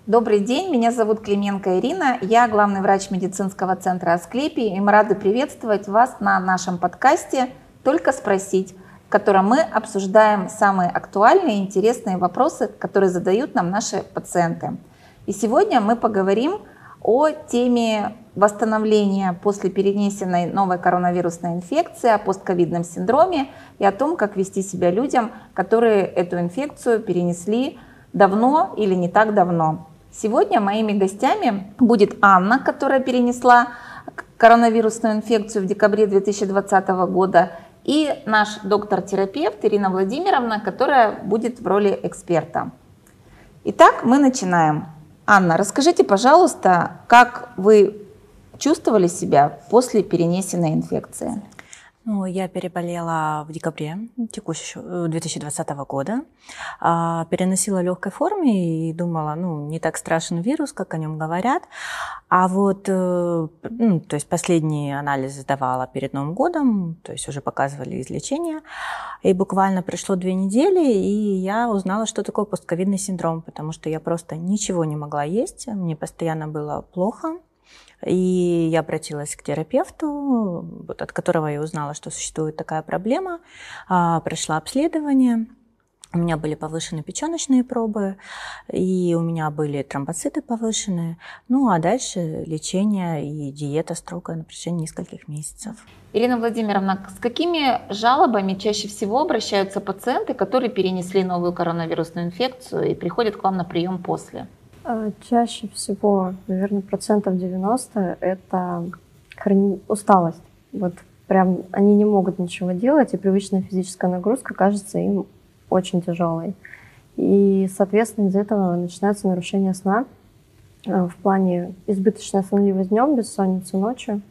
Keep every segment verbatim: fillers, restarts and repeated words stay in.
Добрый день, меня зовут Клименко Ирина, я главный врач медицинского центра Асклепий, и мы рады приветствовать вас на нашем подкасте «Только спросить», в котором мы обсуждаем самые актуальные и интересные вопросы, которые задают нам наши пациенты. И сегодня мы поговорим о теме восстановления после перенесенной новой коронавирусной инфекции, о постковидном синдроме и о том, как вести себя людям, которые эту инфекцию перенесли давно или не так давно. Сегодня моими гостями будет Анна, которая перенесла коронавирусную инфекцию в декабре две тысячи двадцатого года, и наш доктор-терапевт Ирина Владимировна, которая будет в роли эксперта. Итак, мы начинаем. Анна, расскажите, пожалуйста, как вы чувствовали себя после перенесенной инфекции? Ну, я переболела в декабре текущего две тысячи двадцатого года, переносила в легкой форме и думала, ну, не так страшен вирус, как о нем говорят. А вот, ну, то есть последние анализы сдавала перед Новым годом, то есть уже показывали излечение. И буквально прошло две недели, и я узнала, что такое постковидный синдром, потому что я просто ничего не могла есть, мне постоянно было плохо. И я обратилась к терапевту, от которого я узнала, что существует такая проблема, прошла обследование, у меня были повышены печеночные пробы, и у меня были тромбоциты повышенные, ну а дальше лечение и диета строгая на протяжении нескольких месяцев. Ирина Владимировна, с какими жалобами чаще всего обращаются пациенты, которые перенесли новую коронавирусную инфекцию и приходят к вам на прием после? Чаще всего, наверное, процентов девяносто это хрони... усталость. Вот прям они не могут ничего делать, и привычная физическая нагрузка кажется им очень тяжелой. И, соответственно, из-за этого начинается нарушение сна в плане избыточная сонливость днем, бессонница ночью.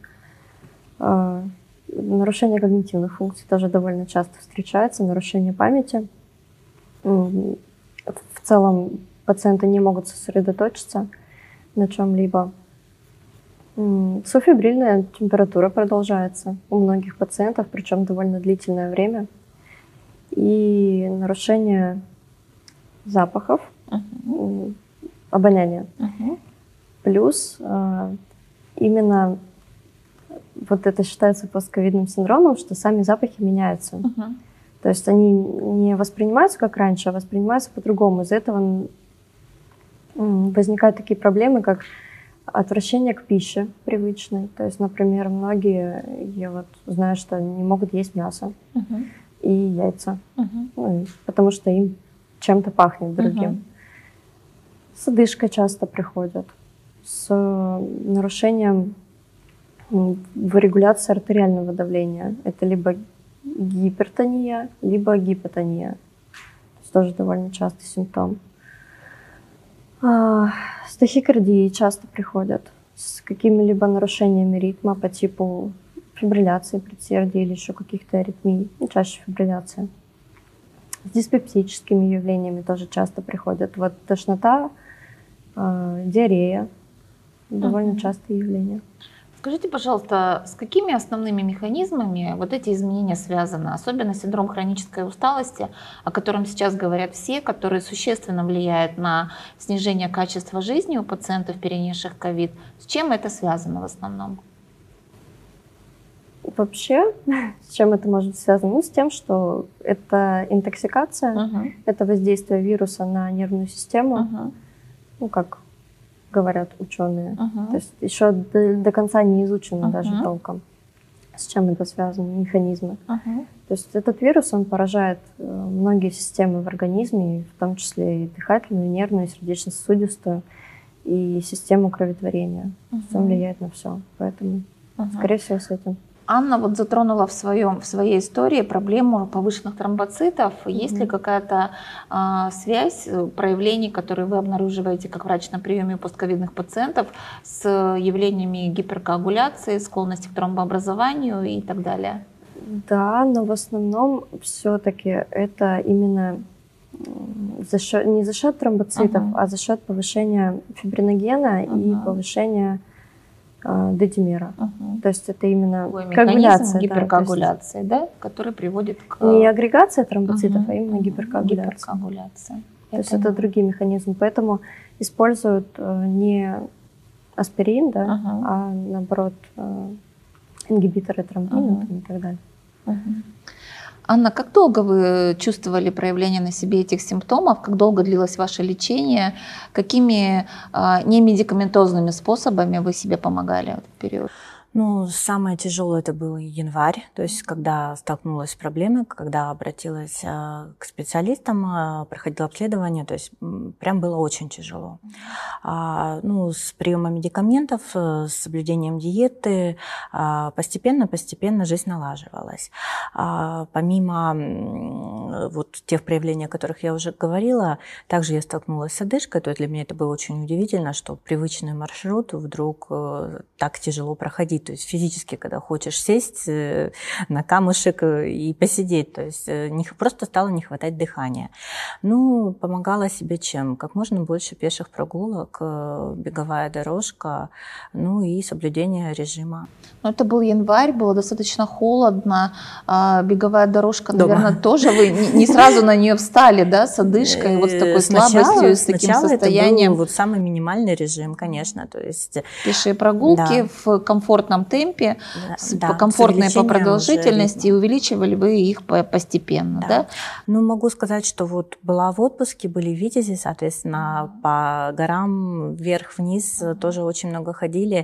Нарушение когнитивных функций тоже довольно часто встречается, нарушение памяти. В целом пациенты не могут сосредоточиться на чем-либо. Субфебрильная температура продолжается у многих пациентов, причем довольно длительное время. И нарушение запахов, uh-huh. обоняния. Uh-huh. Плюс именно вот это считается постковидным синдромом, что сами запахи меняются. Uh-huh. То есть они не воспринимаются как раньше, а воспринимаются по-другому. Из-за этого возникают такие проблемы, как отвращение к пище привычной. То есть, например, многие, я вот знаю, что не могут есть мясо uh-huh. и яйца, uh-huh. ну, потому что им чем-то пахнет другим. Uh-huh. С одышкой часто приходят, с нарушением в регуляции артериального давления. Это либо гипертония, либо гипотония. То есть тоже довольно частый симптом. С тахикардией часто приходят, с какими-либо нарушениями ритма по типу фибрилляции предсердия или еще каких-то аритмий, ну, чаще фибрилляция. С диспептическими явлениями тоже часто приходят. Вот тошнота, э, диарея, довольно uh-huh. частые явления. Скажите, пожалуйста, с какими основными механизмами вот эти изменения связаны? Особенно синдром хронической усталости, о котором сейчас говорят все, который существенно влияет на снижение качества жизни у пациентов, перенесших ковид. С чем это связано в основном? Вообще, с чем это может быть связано? Ну, с тем, что это интоксикация, uh-huh. это воздействие вируса на нервную систему, uh-huh. ну, как говорят ученые. Uh-huh. То есть еще до, до конца не изучено uh-huh. даже толком, с чем это связано, механизмы. Uh-huh. То есть этот вирус, он поражает многие системы в организме, в том числе и дыхательную, и нервную, и сердечно-сосудистую, и систему кроветворения. Uh-huh. Он влияет на все. Поэтому, uh-huh. скорее всего, с этим. Анна вот затронула в, своем, в своей истории проблему повышенных тромбоцитов. Mm-hmm. Есть ли какая-то а, связь проявлений, которые вы обнаруживаете как врач на приеме постковидных пациентов, с явлениями гиперкоагуляции, склонности к тромбообразованию и так далее? Да, но в основном все-таки это именно за счет, не за счет тромбоцитов, uh-huh. а за счет повышения фибриногена uh-huh. и повышения дедимера. Uh-huh. То есть это именно коагуляция, гиперкоагуляции, да, есть, да, который приводит к... Не агрегация тромбоцитов, uh-huh. а именно гиперкоагуляция. гиперкоагуляция. То есть это другие механизмы. Поэтому используют не аспирин, да, uh-huh. а наоборот ингибиторы тромбина uh-huh. и так далее. Uh-huh. Анна, как долго вы чувствовали проявление на себе этих симптомов? Как долго длилось ваше лечение? Какими а, немедикаментозными способами вы себе помогали в этот период? Ну, самое тяжелое это был январь, то есть когда столкнулась с проблемой, когда обратилась к специалистам, проходила обследование, то есть прям было очень тяжело. А, ну, с приемом медикаментов, с соблюдением диеты постепенно-постепенно жизнь налаживалась. А, помимо вот тех проявлений, о которых я уже говорила, также я столкнулась с одышкой, то есть для меня это было очень удивительно, что привычный маршрут вдруг так тяжело проходить. То есть физически, когда хочешь сесть на камушек и посидеть, то есть не, просто стало не хватать дыхания. Ну, помогала себе чем? Как можно больше пеших прогулок, беговая дорожка, ну и соблюдение режима. Ну, это был январь, было достаточно холодно, а беговая дорожка, наверное, Дома. Тоже вы не сразу на нее встали, да, с одышкой, вот с такой сначала, слабостью, с таким состоянием. Это был вот самый минимальный режим, конечно, то есть пешие прогулки да. в комфортном темпе, да, с, да, комфортные по продолжительности, и увеличивали вы их постепенно, да. да? Ну, могу сказать, что вот была в отпуске, были в Витязи, соответственно, по горам вверх-вниз тоже очень много ходили,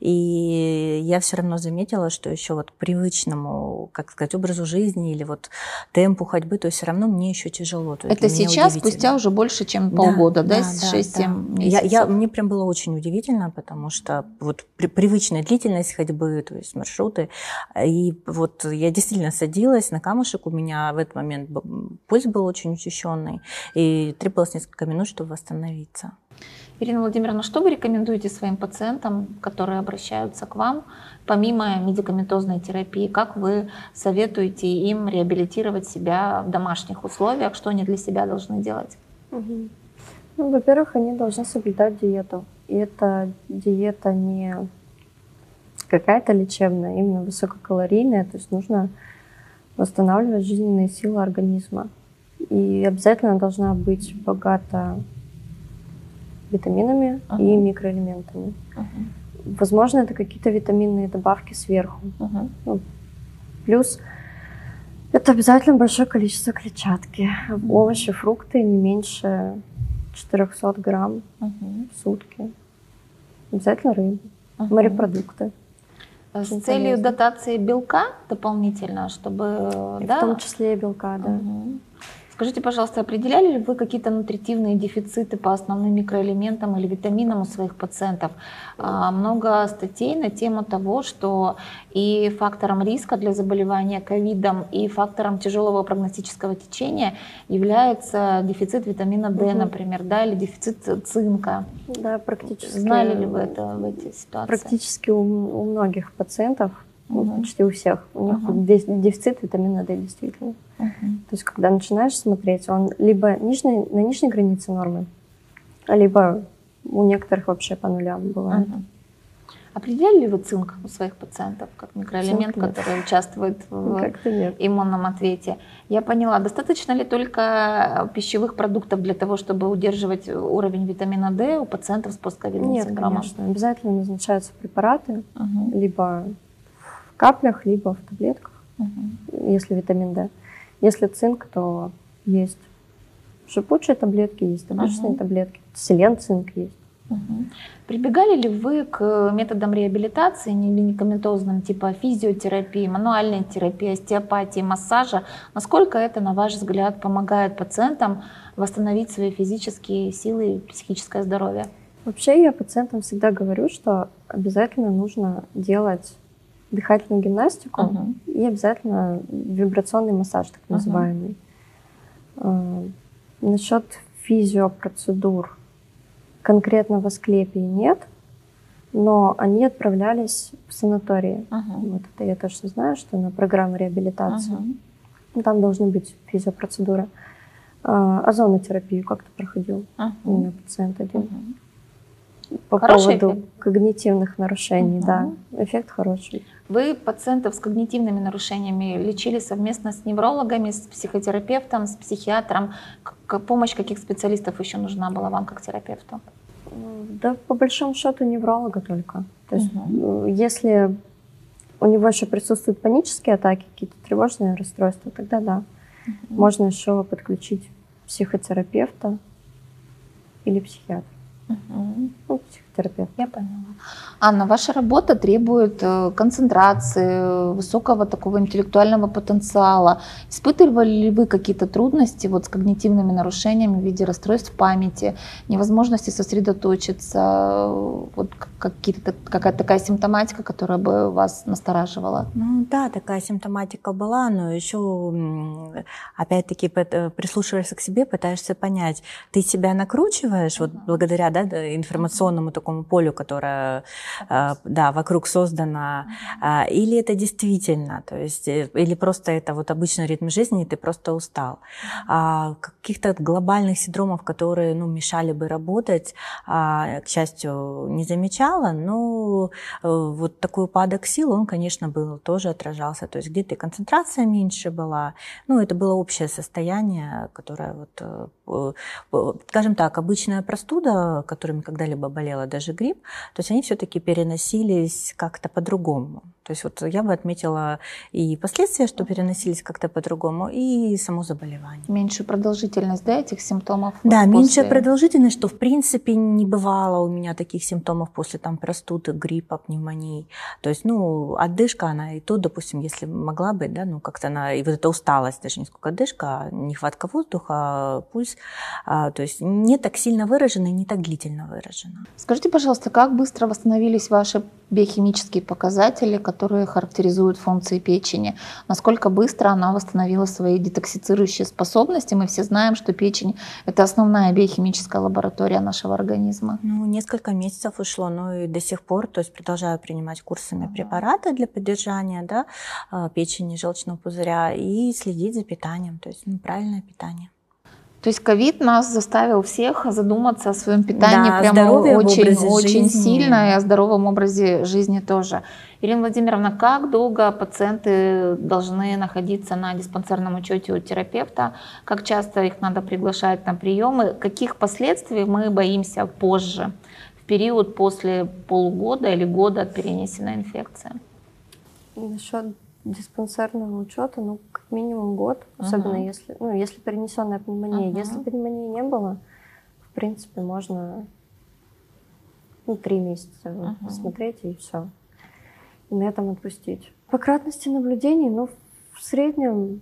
и я все равно заметила, что еще вот к привычному, как сказать, образу жизни или вот темпу ходьбы, то есть все равно мне еще тяжело. То это сейчас, спустя уже больше, чем да, полгода, да, да шесть-семь да. месяцев? Я, я, мне прям было очень удивительно, потому что вот при, привычная длительность ходьбы, то есть маршруты, и вот я действительно садилась на камушек, у меня в этот момент пульс был очень учащенный, и требовалось несколько минут, чтобы восстановиться. Ирина Владимировна, что вы рекомендуете своим пациентам, которые обращаются к вам, помимо медикаментозной терапии? Как вы советуете им реабилитировать себя в домашних условиях? Что они для себя должны делать? Угу. Ну, во-первых, они должны соблюдать диету. И эта диета не какая-то лечебная, именно высококалорийная. То есть нужно восстанавливать жизненные силы организма. И обязательно должна быть богата витаминами uh-huh. и микроэлементами. Uh-huh. Возможно, это какие-то витаминные добавки сверху. Uh-huh. Ну, плюс это обязательно большое количество клетчатки. Uh-huh. Овощи, фрукты не меньше четырехсот грамм uh-huh. в сутки. Обязательно рыбу, uh-huh. морепродукты. С целью дотации белка дополнительно, чтобы... И да? В том числе и белка, да. Uh-huh. Скажите, пожалуйста, определяли ли вы какие-то нутритивные дефициты по основным микроэлементам или витаминам у своих пациентов? А, много статей на тему того, что и фактором риска для заболевания ковидом, и фактором тяжелого прогностического течения является дефицит витамина D, угу. например, да, или дефицит цинка. Да, практически. Знали ли вы это в эти ситуации? Практически у, у многих пациентов, угу. ну, почти у всех, у них угу. дефицит витамина D действительно. Uh-huh. То есть, когда начинаешь смотреть, он либо нижней, на нижней границе нормы, либо у некоторых вообще по нулям бывает. Uh-huh. Определяли ли вы цинк у своих пациентов как микроэлемент, который участвует в иммунном ответе? Я поняла. Достаточно ли только пищевых продуктов для того, чтобы удерживать уровень витамина D у пациентов с постковидным Нет, синдромом? Нет, конечно. Обязательно назначаются препараты, uh-huh. либо в каплях, либо в таблетках, uh-huh. если витамин D. Если цинк, то есть шипучие таблетки, есть обычные uh-huh. таблетки, селен, цинк есть. Uh-huh. Прибегали ли вы к методам реабилитации немедикаментозным, типа физиотерапии, мануальной терапии, остеопатии, массажа? Насколько это, на ваш взгляд, помогает пациентам восстановить свои физические силы и психическое здоровье? Вообще я пациентам всегда говорю, что обязательно нужно делать дыхательную гимнастику uh-huh. и обязательно вибрационный массаж, так называемый. Uh-huh. Насчет физиопроцедур конкретно в Асклепии нет, но они отправлялись в санатории. Uh-huh. Вот это я точно знаю, что на программу реабилитации. Uh-huh. Там должны быть физиопроцедуры. А, озонотерапию как-то проходил uh-huh. у меня пациент один. Uh-huh. По Хороший поводу эффект? когнитивных нарушений, Угу. да, эффект хороший. Вы пациентов с когнитивными нарушениями лечили совместно с неврологами, с психотерапевтом, с психиатром? К- помощь каких специалистов еще нужна была вам как терапевту? Да, по большому счету невролога только. То есть, Угу. если у него еще присутствуют панические атаки, какие-то тревожные расстройства, тогда да. Угу. Можно еще подключить психотерапевта или психиатра. Угу. Ну, психотерапевт. Я поняла. Анна, ваша работа требует э, концентрации, высокого такого интеллектуального потенциала. Испытывали ли вы какие-то трудности вот с когнитивными нарушениями в виде расстройств памяти, невозможности сосредоточиться, вот какие-то, какая-то такая симптоматика, которая бы вас настораживала? Ну да, такая симптоматика была, но еще опять-таки прислушиваешься к себе, пытаешься понять, ты себя накручиваешь вот благодаря, да, информационному такому полю, которое, да, вокруг создано, или это действительно, то есть, или просто это вот обычный ритм жизни, и ты просто устал. А каких-то глобальных синдромов, которые, ну, мешали бы работать, к счастью, не замечала, но вот такой упадок сил, он, конечно, был, тоже отражался, то есть где-то и концентрация меньше была, ну, это было общее состояние, которое вот, скажем так, обычная простуда, которыми когда-либо болела, даже грипп, то есть они все-таки переносились как-то по-другому. То есть вот я бы отметила и последствия, что переносились как-то по-другому, и само заболевание. Меньшую продолжительность, да, этих симптомов? Да, вот меньшая после... продолжительность, что в принципе не бывало у меня таких симптомов после там простуды, гриппа, пневмонии. То есть, ну, отдышка, она и то, допустим, если могла быть, да, ну, как-то она, и вот эта усталость, даже не сколько отдышка, а нехватка воздуха, пульс, а, то есть не так сильно выражена и не так длительно выражена. Скажите, пожалуйста, как быстро восстановились ваши биохимические показатели, которые характеризуют функции печени? Насколько быстро она восстановила свои детоксицирующие способности? Мы все знаем, что печень – это основная биохимическая лаборатория нашего организма. Ну, несколько месяцев ушло, но и до сих пор, то есть продолжаю принимать курсами препараты для поддержания, да, печени, желчного пузыря и следить за питанием, то есть, ну, правильное питание. То есть ковид нас заставил всех задуматься о своем питании, да, прямо очень, очень жизни. сильно, и о здоровом образе жизни тоже. Ирина Владимировна, как долго пациенты должны находиться на диспансерном учете у терапевта? Как часто их надо приглашать на приемы? Каких последствий мы боимся позже, в период после полугода или года от перенесенной инфекции? Насчет диспансерного учета, ну, как минимум год, особенно uh-huh. если, ну, если перенесенная пневмония. Uh-huh. Если пневмонии не было, в принципе, можно, ну, три месяца uh-huh. посмотреть и все. И на этом отпустить. По кратности наблюдений, ну, в среднем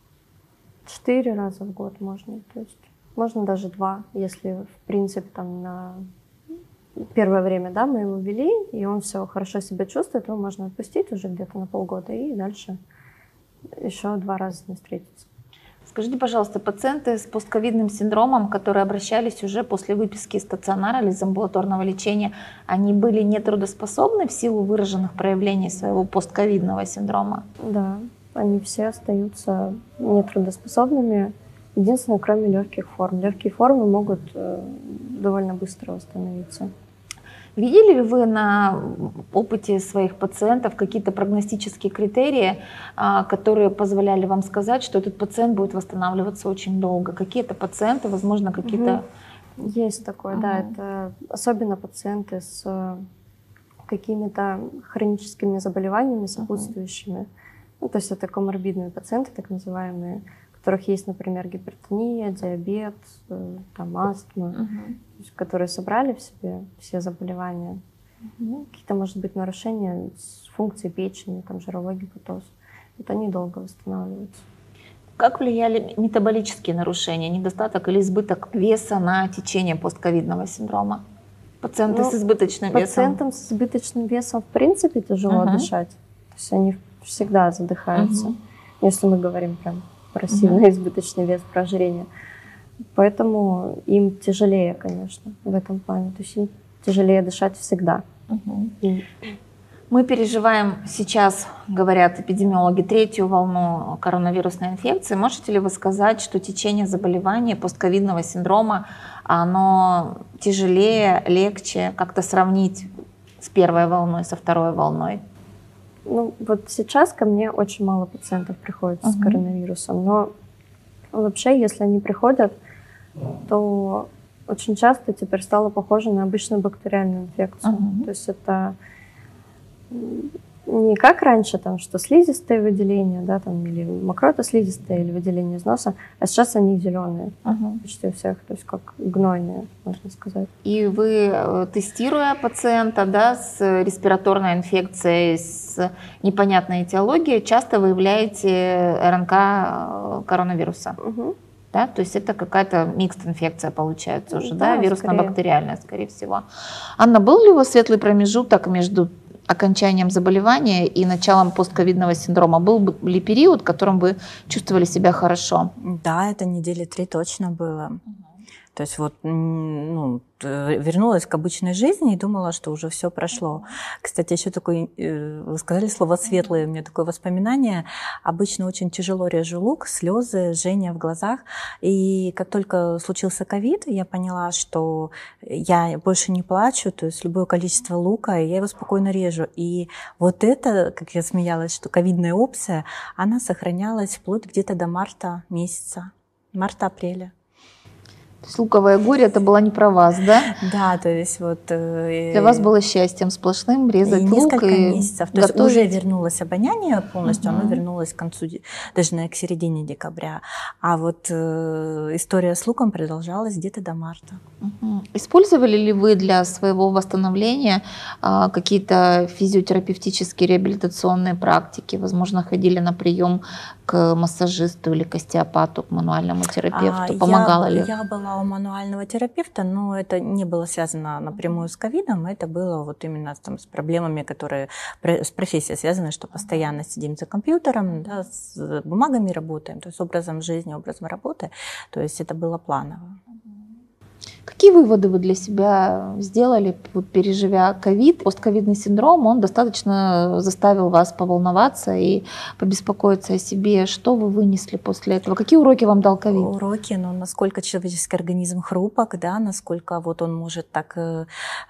четыре раза в год можно. То есть можно даже два, если, в принципе, там на первое время, да, мы его ввели, и он все хорошо себя чувствует, его можно отпустить уже где-то на полгода, и дальше еще два раза не встретиться. Скажите, пожалуйста, пациенты с постковидным синдромом, которые обращались уже после выписки из стационара или из амбулаторного лечения, они были нетрудоспособны в силу выраженных проявлений своего постковидного синдрома? Да, они все остаются нетрудоспособными, единственное, кроме легких форм. Легкие формы могут э, довольно быстро восстановиться. Видели ли вы на опыте своих пациентов какие-то прогностические критерии, которые позволяли вам сказать, что этот пациент будет восстанавливаться очень долго? Какие-то пациенты, возможно, какие-то... Угу. Есть такое, угу. да. Это особенно пациенты с какими-то хроническими заболеваниями сопутствующими. Угу. Ну, то есть это коморбидные пациенты, так называемые, у которых есть, например, гипертония, диабет, там, астма, uh-huh. которые собрали в себе все заболевания. Uh-huh. Какие-то, может быть, нарушения с функцией печени, там, жировой гепатоз. Вот они долго восстанавливаются. Как влияли метаболические нарушения, недостаток или избыток веса на течение постковидного синдрома? Пациенты ну, с избыточным пациентам весом? Пациентам с избыточным весом, в принципе, тяжело uh-huh. дышать. То есть они всегда задыхаются, uh-huh. если мы говорим прям про сильный uh-huh. избыточный вес, про ожирение. Поэтому им тяжелее, конечно, в этом плане. То есть им тяжелее дышать всегда. Uh-huh. И... Мы переживаем сейчас, говорят эпидемиологи, третью волну коронавирусной инфекции. Можете ли вы сказать, что течение заболевания постковидного синдрома, оно тяжелее, легче, как-то сравнить с первой волной, со второй волной? Ну, вот сейчас ко мне очень мало пациентов приходит uh-huh. с коронавирусом, но вообще, если они приходят, то очень часто теперь стало похоже на обычную бактериальную инфекцию. Uh-huh. То есть это не как раньше, там, что слизистые выделения, да, там, или мокрото-слизистые, или выделения из носа, а сейчас они зеленые, uh-huh. почти у всех, то есть как гнойные, можно сказать. И вы, тестируя пациента, да, с респираторной инфекцией, с непонятной этиологией, часто выявляете РНК коронавируса? Uh-huh. Да? То есть это какая-то микс-инфекция получается уже, да, да? Вирусно-бактериальная, скорее всего. Анна, был ли у вас светлый промежуток между окончанием заболевания и началом постковидного синдрома? Был ли период, в котором вы чувствовали себя хорошо? Да, это недели три точно было. То есть вот, ну, вернулась к обычной жизни и думала, что уже все прошло. Кстати, еще такое, вы сказали слово «светлое», у меня такое воспоминание. Обычно очень тяжело режу лук, слезы, жжение в глазах. И как только случился ковид, я поняла, что я больше не плачу, то есть любое количество лука, я его спокойно режу. И вот это, как я смеялась, что ковидная опция, она сохранялась вплоть где-то до марта месяца, марта-апреля. То есть луковое горе это было не про вас, да? Да, то есть вот... Э, Для вас было счастьем сплошным резать и лук несколько и месяцев. То готовить. есть уже вернулось обоняние полностью, uh-huh. оно вернулось к концу, даже на, к середине декабря. А вот э, история с луком продолжалась где-то до марта. Uh-huh. Использовали ли вы для своего восстановления э, какие-то физиотерапевтические реабилитационные практики? Возможно, ходили на прием к массажисту или к остеопату, к мануальному терапевту? А, Помогала я, ли? Я была у мануального терапевта, но это не было связано напрямую с ковидом, это было вот именно там, с проблемами, которые с профессией связаны, что постоянно сидим за компьютером, да, с бумагами работаем, то есть образом жизни, образом работы, то есть это было планово. Какие выводы вы для себя сделали, вот, переживя ковид? Постковидный синдром, он достаточно заставил вас поволноваться и побеспокоиться о себе. Что вы вынесли после этого? Какие уроки вам дал ковид? Уроки, ну, насколько человеческий организм хрупок, да, насколько вот он может так э,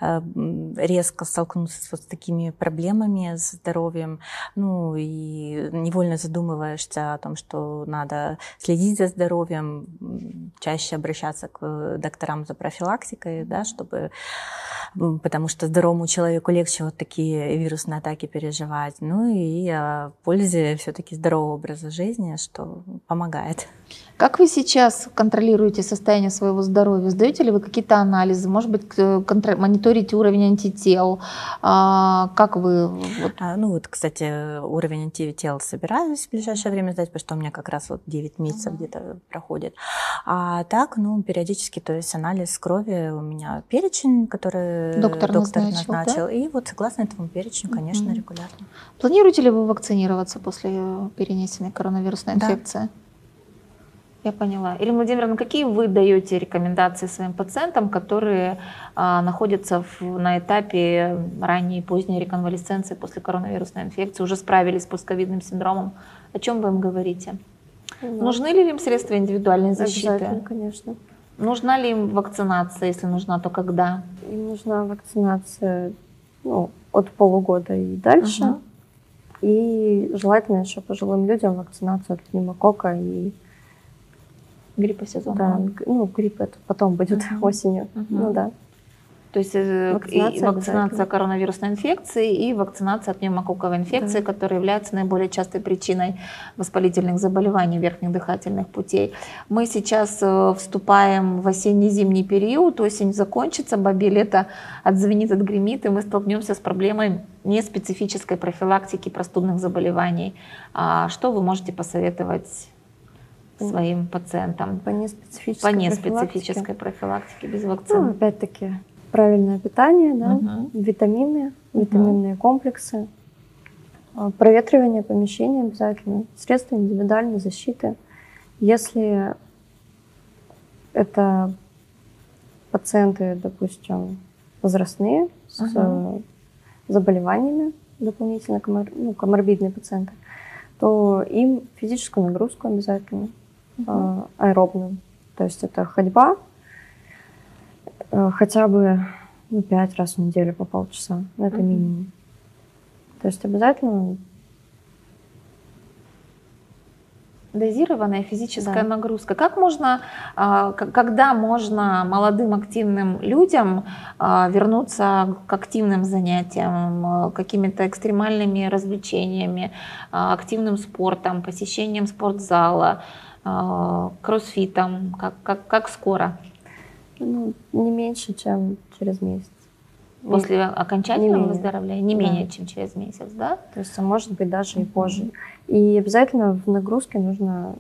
резко столкнуться с вот такими проблемами с здоровьем, ну, и невольно задумываешься о том, что надо следить за здоровьем, чаще обращаться к докторам за профилактикой, да, чтобы, потому что здоровому человеку легче вот такие вирусные атаки переживать. Ну и о пользе все-таки здорового образа жизни, что помогает. Как вы сейчас контролируете состояние своего здоровья? Сдаете ли вы какие-то анализы? Может быть, контр... мониторите уровень антител? А, как вы? Вот... А, ну вот, кстати, уровень антител собираюсь в ближайшее время сдать, потому что у меня как раз вот девять месяцев uh-huh. где-то проходит. А так, ну, периодически, то есть анализ крови, у меня перечень, который доктор, доктор назначил, назначил. Да? И вот согласно этому перечню, конечно, uh-huh. регулярно. Планируете ли вы вакцинироваться после перенесенной коронавирусной инфекции? Да. Я поняла. Ирина Владимировна, какие вы даете рекомендации своим пациентам, которые а, находятся в, на этапе ранней и поздней реконвалесценции после коронавирусной инфекции, уже справились с постковидным синдромом? О чем вы им говорите? Да. Нужны ли им средства индивидуальной защиты? Обязательно, конечно. Нужна ли им вакцинация? Если нужна, то когда? Им нужна вакцинация, ну, от полугода и дальше. Угу. И желательно еще пожилым людям вакцинацию от пневмококка и гриппа сезонного. Да, ну, грипп это потом будет uh-huh. осенью. Uh-huh. Ну да. То есть вакцинация, и вакцинация коронавирусной инфекции и вакцинация от пневмококковой инфекции, да. которая является наиболее частой причиной воспалительных заболеваний верхних дыхательных путей. Мы сейчас вступаем в осенне-зимний период, осень закончится, бабье лето отзвенит, отгремит, и мы столкнемся с проблемой неспецифической профилактики простудных заболеваний. Что вы можете посоветовать своим пациентам по неспецифической, по неспецифической профилактике, без вакцин? Ну, опять-таки, правильное питание, да, угу. витамины, угу. витаминные комплексы, проветривание помещения обязательно, средства индивидуальной защиты. Если это пациенты, допустим, возрастные, с угу. заболеваниями, дополнительно комор, ну, коморбидные пациенты, то им физическую нагрузку обязательно, uh-huh. э, аэробную. То есть это ходьба э, хотя бы ну, пять раз в неделю по полчаса, это uh-huh. минимум. То есть обязательно дозированная физическая да. нагрузка. Как можно, когда можно молодым активным людям вернуться к активным занятиям, какими-то экстремальными развлечениями, активным спортом, посещением спортзала, кроссфитом? Как, как, как скоро? Ну, не меньше, чем через месяц. После окончательного не выздоровления? Не да. менее, чем через месяц, да? То есть, а может быть, даже uh-huh. и позже. И обязательно в нагрузке нужно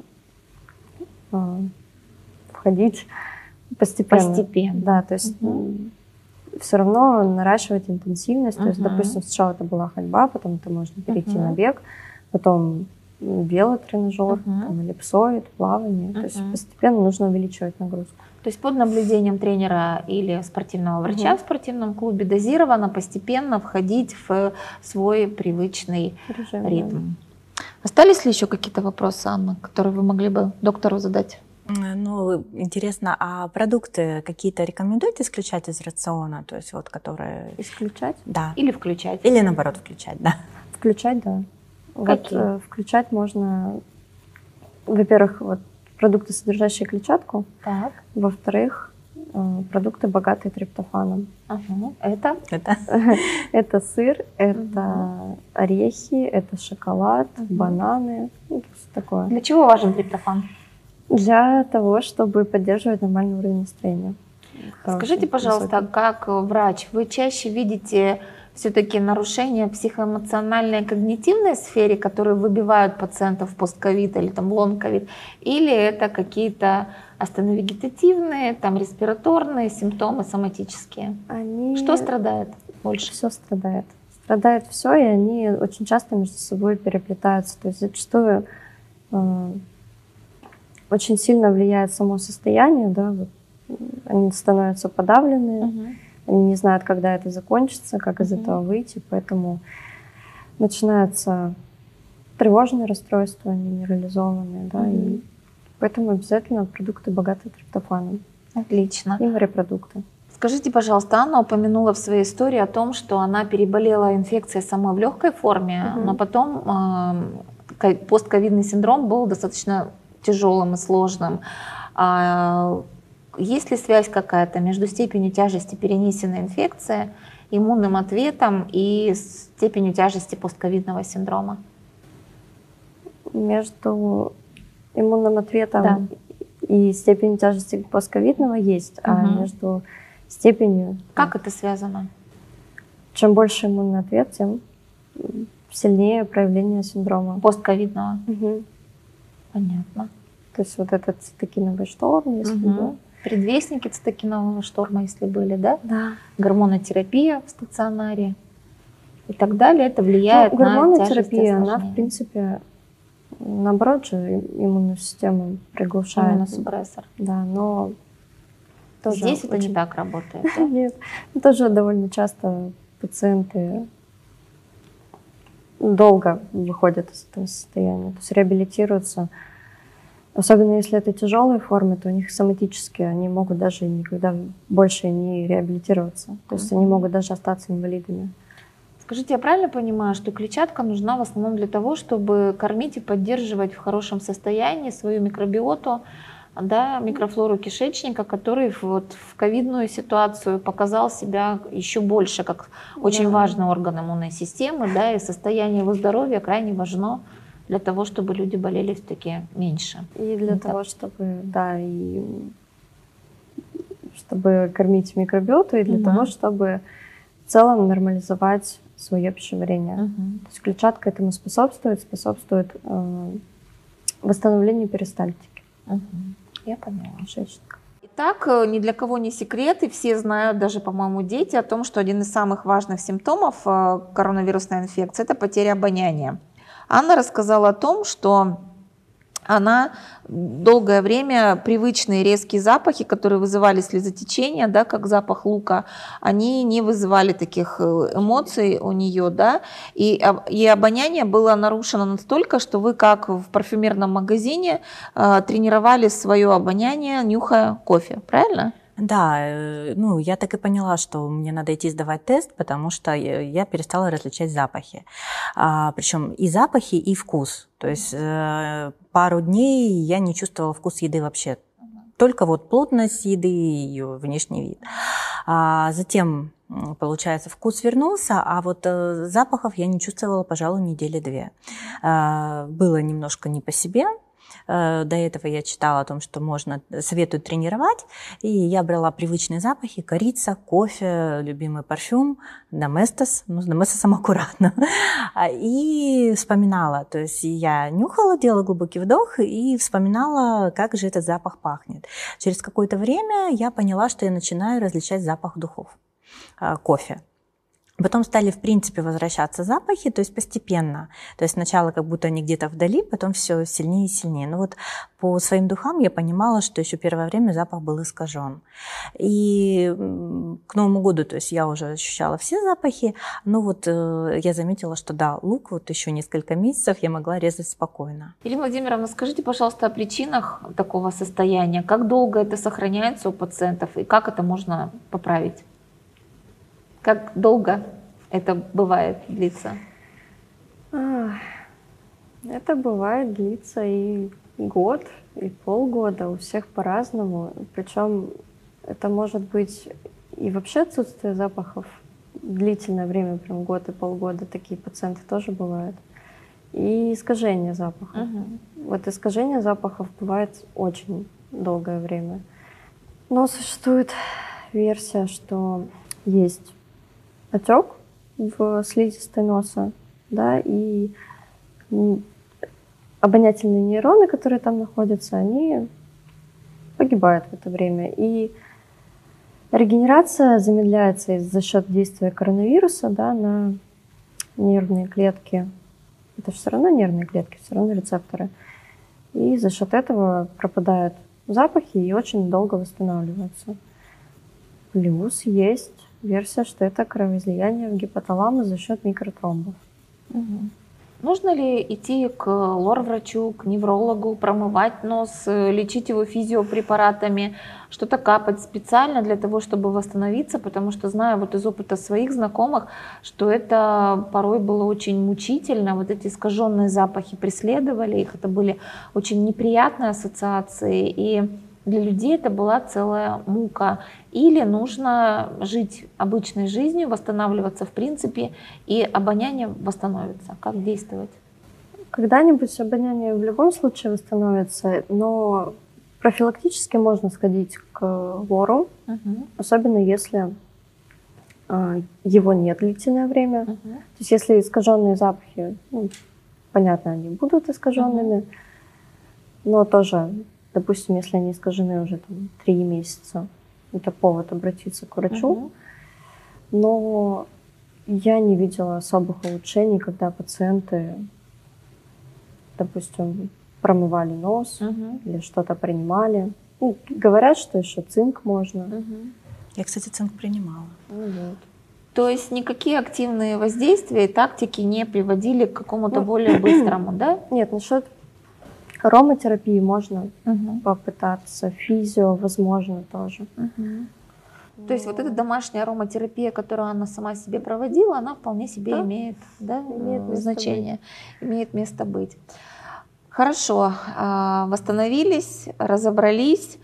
э, входить постепенно. Постепенно. Да, то есть uh-huh. все равно наращивать интенсивность. Uh-huh. То есть, допустим, сначала это была ходьба, потом это можно перейти uh-huh. на бег, потом велотренажер, uh-huh. там, эллипсоид, плавание. Uh-huh. То есть постепенно нужно увеличивать нагрузку. То есть под наблюдением тренера или спортивного врача угу. в спортивном клубе дозированно, постепенно входить в свой привычный Режим, ритм. Да. Остались ли еще какие-то вопросы, Анна, которые вы могли бы доктору задать? Ну, интересно, а продукты какие-то рекомендуете исключать из рациона? То есть вот которые... Исключать? Да. Или включать? Или наоборот включать, да. Включать, да. Какие? Вот, э, включать можно, во-первых, вот продукты, содержащие клетчатку. Так. Во-вторых, продукты, богатые триптофаном. Ага. Это? Это? Это сыр, это орехи, это шоколад, бананы. Ну, такое. Для чего важен триптофан? Для того, чтобы поддерживать нормальный уровень настроения. Скажите, пожалуйста, как врач, вы чаще видите все-таки нарушения в психоэмоциональной и когнитивной сфере, которые выбивают пациентов в постковид или там лонг-ковид, или это какие-то астеновегетативные, там респираторные симптомы соматические? Они... Что страдает больше? Все страдает. Страдает все, и они очень часто между собой переплетаются. То есть зачастую э, очень сильно влияет само состояние, да, вот, они становятся подавленные. Uh-huh. Они не знают, когда это закончится, как из uh-huh. этого выйти, поэтому начинаются тревожные расстройства, они нереализованные, да, uh-huh. и поэтому обязательно продукты, богатые триптофаном. Отлично. И морепродукты. Скажите, пожалуйста, Анна упомянула в своей истории о том, что она переболела инфекцией самой в легкой форме, uh-huh. но потом э, постковидный синдром был достаточно тяжелым и сложным. А, Есть ли связь какая-то между степенью тяжести перенесенной инфекции, иммунным ответом и степенью тяжести постковидного синдрома? Между иммунным ответом да. и степенью тяжести постковидного есть, угу. а между степенью... Как да. это связано? Чем больше иммунный ответ, тем сильнее проявление синдрома. Постковидного? Угу. Понятно. То есть вот этот цитокиновый шторм, если угу. да. Предвестники цитокинового шторма, если были, да? Да. Гормонотерапия в стационаре и так далее, это влияет ну, на тяжесть гормонотерапия, она, в принципе, наоборот же иммунную систему приглушает. Иммуносупрессор. Да, но тоже здесь это очень... не так работает. Да? Нет, тоже довольно часто пациенты долго выходят из этого состояния, то есть реабилитируются. Особенно если это тяжелые формы, то у них соматические, они могут даже никогда больше не реабилитироваться. То есть mm-hmm. они могут даже остаться инвалидами. Скажите, я правильно понимаю, что клетчатка нужна в основном для того, чтобы кормить и поддерживать в хорошем состоянии свою микробиоту, да, микрофлору кишечника, который вот в ковидную ситуацию показал себя еще больше как очень да. важный орган иммунной системы, да, и состояние его здоровья крайне важно для того, чтобы люди болели все-таки меньше. И для Это... того, чтобы, да, и чтобы кормить микробиоту, и для угу. того, чтобы в целом нормализовать свое пищеварение. Угу. То есть клетчатка этому способствует, способствует э, восстановлению перистальтики. Угу. Я поняла. Кишечника. Итак, ни для кого не секрет, и все знают, даже, по-моему, дети, о том, что один из самых важных симптомов коронавирусной инфекции – это потеря обоняния. Анна рассказала о том, что она долгое время, привычные резкие запахи, которые вызывали слезотечение, да, как запах лука, они не вызывали таких эмоций у нее, да, и, и обоняние было нарушено настолько, что вы, как в парфюмерном магазине, тренировали свое обоняние, нюхая кофе, правильно? Да, ну я так и поняла, что мне надо идти сдавать тест, потому что я перестала различать запахи. А, причем и запахи, и вкус. То есть э, пару дней я не чувствовала вкус еды вообще. Только вот плотность еды и ее внешний вид. А затем, получается, вкус вернулся, а вот э, запахов я не чувствовала, пожалуй, недели две. А, было немножко не по себе. До этого я читала о том, что можно, советуют тренировать, и я брала привычные запахи: корица, кофе, любимый парфюм, Доместос, ну, с Доместосом аккуратно, и вспоминала, то есть я нюхала, делала глубокий вдох и вспоминала, как же этот запах пахнет. Через какое-то время я поняла, что я начинаю различать запах духов, кофе. Потом стали, в принципе, возвращаться запахи, то есть постепенно. То есть сначала как будто они где-то вдали, потом все сильнее и сильнее. Но вот по своим духам я понимала, что еще первое время запах был искажен. И к Новому году, то есть я уже ощущала все запахи, но вот э, я заметила, что да, лук вот еще несколько месяцев я могла резать спокойно. Ирина Владимировна, скажите, пожалуйста, о причинах такого состояния. Как долго это сохраняется у пациентов и как это можно поправить? Как долго это бывает, длится? Это бывает длится и год, и полгода, у всех по-разному. Причем это может быть и вообще отсутствие запахов длительное время, прям год и полгода, такие пациенты тоже бывают. И искажение запаха. Угу. Вот искажение запахов бывает очень долгое время. Но существует версия, что есть отек в слизистой носа, да, и обонятельные нейроны, которые там находятся, они погибают в это время. И регенерация замедляется за счет действия коронавируса, да, на нервные клетки. Это же все равно нервные клетки, все равно рецепторы. И за счет этого пропадают запахи и очень долго восстанавливаются. Плюс есть версия, что это кровоизлияние в гипоталамус за счет микротромбов. Угу. Нужно ли идти к лор-врачу, к неврологу, промывать нос, лечить его физиопрепаратами, что-то капать специально для того, чтобы восстановиться? Потому что знаю вот из опыта своих знакомых, что это порой было очень мучительно, вот эти искаженные запахи преследовали их, это были очень неприятные ассоциации, и для людей это была целая мука. Или нужно жить обычной жизнью, восстанавливаться в принципе, и обоняние восстановится. Как действовать? Когда-нибудь обоняние в любом случае восстановится, но профилактически можно сходить к лору, угу. особенно если э, его нет длительное время. Угу. То есть если искаженные запахи, ну, понятно, они будут искаженными, угу. но тоже... Допустим, если они искажены уже там, три месяца, это повод обратиться к врачу. Угу. Но я не видела особых улучшений, когда пациенты, допустим, промывали нос угу. или что-то принимали. Ну, говорят, что еще цинк можно. Угу. Я, кстати, цинк принимала. Ну, вот. То есть никакие активные воздействия и тактики не приводили к какому-то ну, более быстрому, да? Нет, насчет ароматерапии можно угу. попытаться, физио, возможно, тоже. Угу. Но... То есть вот эта домашняя ароматерапия, которую она сама себе проводила, она вполне себе да? имеет, да, имеет значение, быть. имеет место быть. Хорошо, восстановились, разобрались,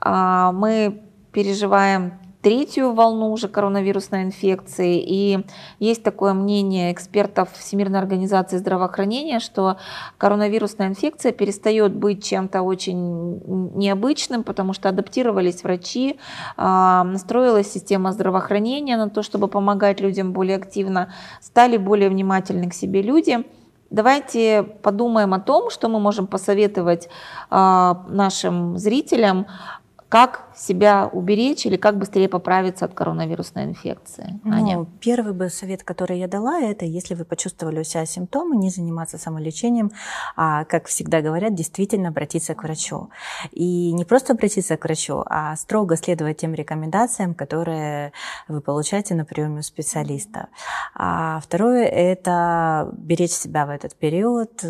мы переживаем третью волну уже коронавирусной инфекции, и есть такое мнение экспертов Всемирной организации здравоохранения, что коронавирусная инфекция перестает быть чем-то очень необычным, потому что адаптировались врачи, настроилась система здравоохранения на то, чтобы помогать людям более активно, стали более внимательны к себе люди. Давайте подумаем о том, что мы можем посоветовать нашим зрителям, как себя уберечь или как быстрее поправиться от коронавирусной инфекции? Аня? Ну, первый бы совет, который я дала, это если вы почувствовали у себя симптомы, не заниматься самолечением, а, как всегда говорят, действительно обратиться к врачу. И не просто обратиться к врачу, а строго следовать тем рекомендациям, которые вы получаете на приеме у специалиста. А второе – это беречь себя в этот период.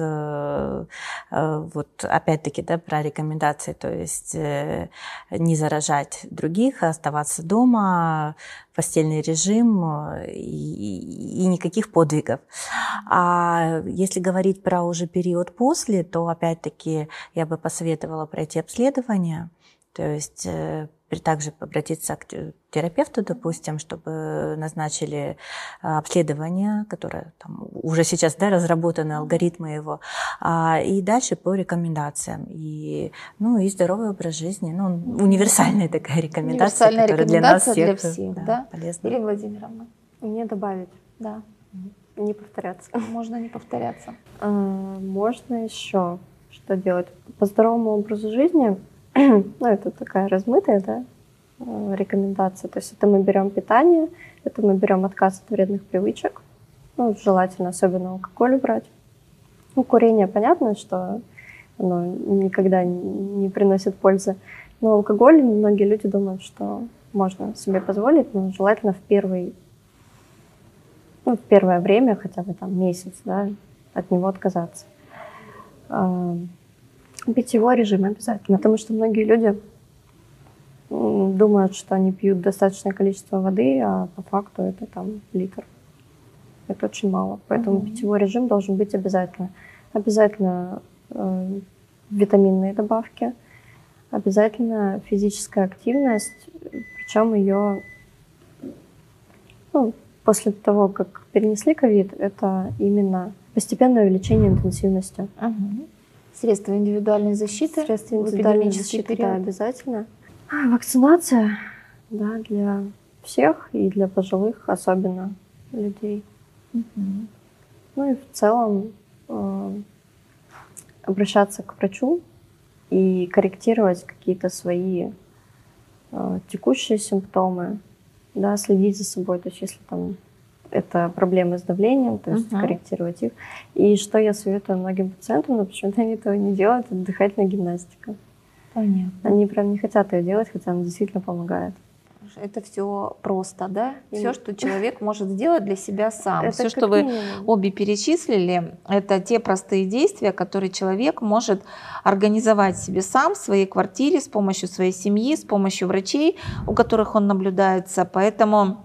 Вот опять-таки, да, про рекомендации, то есть не заражать других, оставаться дома, постельный режим и, и никаких подвигов. А если говорить про уже период после, то опять-таки я бы посоветовала пройти обследование, то есть также обратиться к терапевту, допустим, чтобы назначили обследование, которое там, уже сейчас, да, разработаны алгоритмы его, а, и дальше по рекомендациям. И, ну, и здоровый образ жизни. Ну, универсальная такая рекомендация, универсальная которая рекомендация для нас всех, для всех, да, да? полезна. Ирина Владимировна? Мне добавить? Да. Не повторяться. Можно не повторяться. А, можно еще что делать? По здоровому образу жизни, ну, это такая размытая, да, рекомендация. То есть это мы берем питание, это мы берем отказ от вредных привычек. Ну, желательно особенно алкоголь брать. Ну, курение, понятно, что оно никогда не приносит пользы. Но алкоголь, многие люди думают, что можно себе позволить, но желательно в первый, ну, в первое время, хотя бы там месяц, да, от него отказаться. Питьевой режим обязательно, потому что многие люди думают, что они пьют достаточное количество воды, а по факту это там литр. Это очень мало. Поэтому mm-hmm. питьевой режим должен быть обязательно. Обязательно э, витаминные добавки, обязательно физическая активность, причем ее, ну, после того, как перенесли ковид, это именно постепенное увеличение интенсивности. Mm-hmm. Средства индивидуальной защиты. Средства индивидуальной защиты, да, обязательно. А, вакцинация, да, для всех и для пожилых особенно людей. Mm-hmm. Ну и в целом э, обращаться к врачу и корректировать какие-то свои э, текущие симптомы, да, следить за собой, то есть если там это проблемы с давлением, то есть uh-huh. корректировать их. И что я советую многим пациентам, но почему-то они этого не делают, это дыхательная гимнастика. Понятно. Они прям не хотят ее делать, хотя она действительно помогает. Это все просто, да? И... Все, что человек может сделать для себя сам. Это все, что вы минимум. обе перечислили, это те простые действия, которые человек может организовать себе сам в своей квартире с помощью своей семьи, с помощью врачей, у которых он наблюдается. Поэтому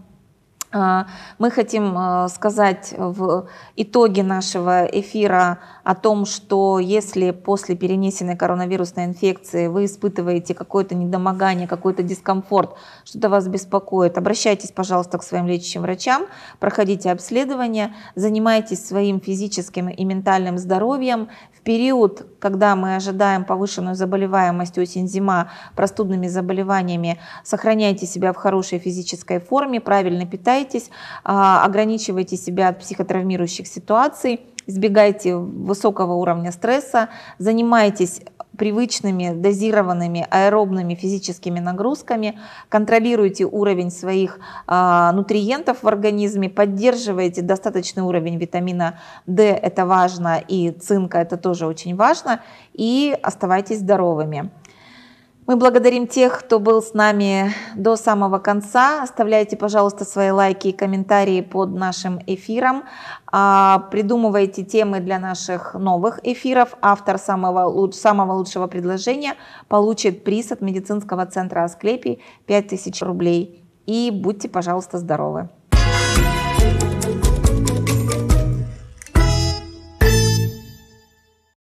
мы хотим сказать в итоге нашего эфира о том, что если после перенесенной коронавирусной инфекции вы испытываете какое-то недомогание, какой-то дискомфорт, что-то вас беспокоит, обращайтесь, пожалуйста, к своим лечащим врачам, проходите обследование, занимайтесь своим физическим и ментальным здоровьем. В период, когда мы ожидаем повышенную заболеваемость осень-зима простудными заболеваниями, сохраняйте себя в хорошей физической форме, правильно питайтесь, ограничивайте себя от психотравмирующих ситуаций, избегайте высокого уровня стресса, занимайтесь привычными дозированными аэробными физическими нагрузками, контролируйте уровень своих э, нутриентов в организме, поддерживайте достаточный уровень витамина D, это важно, и цинка, это тоже очень важно, и оставайтесь здоровыми. Мы благодарим тех, кто был с нами до самого конца. Оставляйте, пожалуйста, свои лайки и комментарии под нашим эфиром. Придумывайте темы для наших новых эфиров. Автор самого, луч, самого лучшего предложения получит приз от медицинского центра Асклепий пять тысяч рублей. И будьте, пожалуйста, здоровы.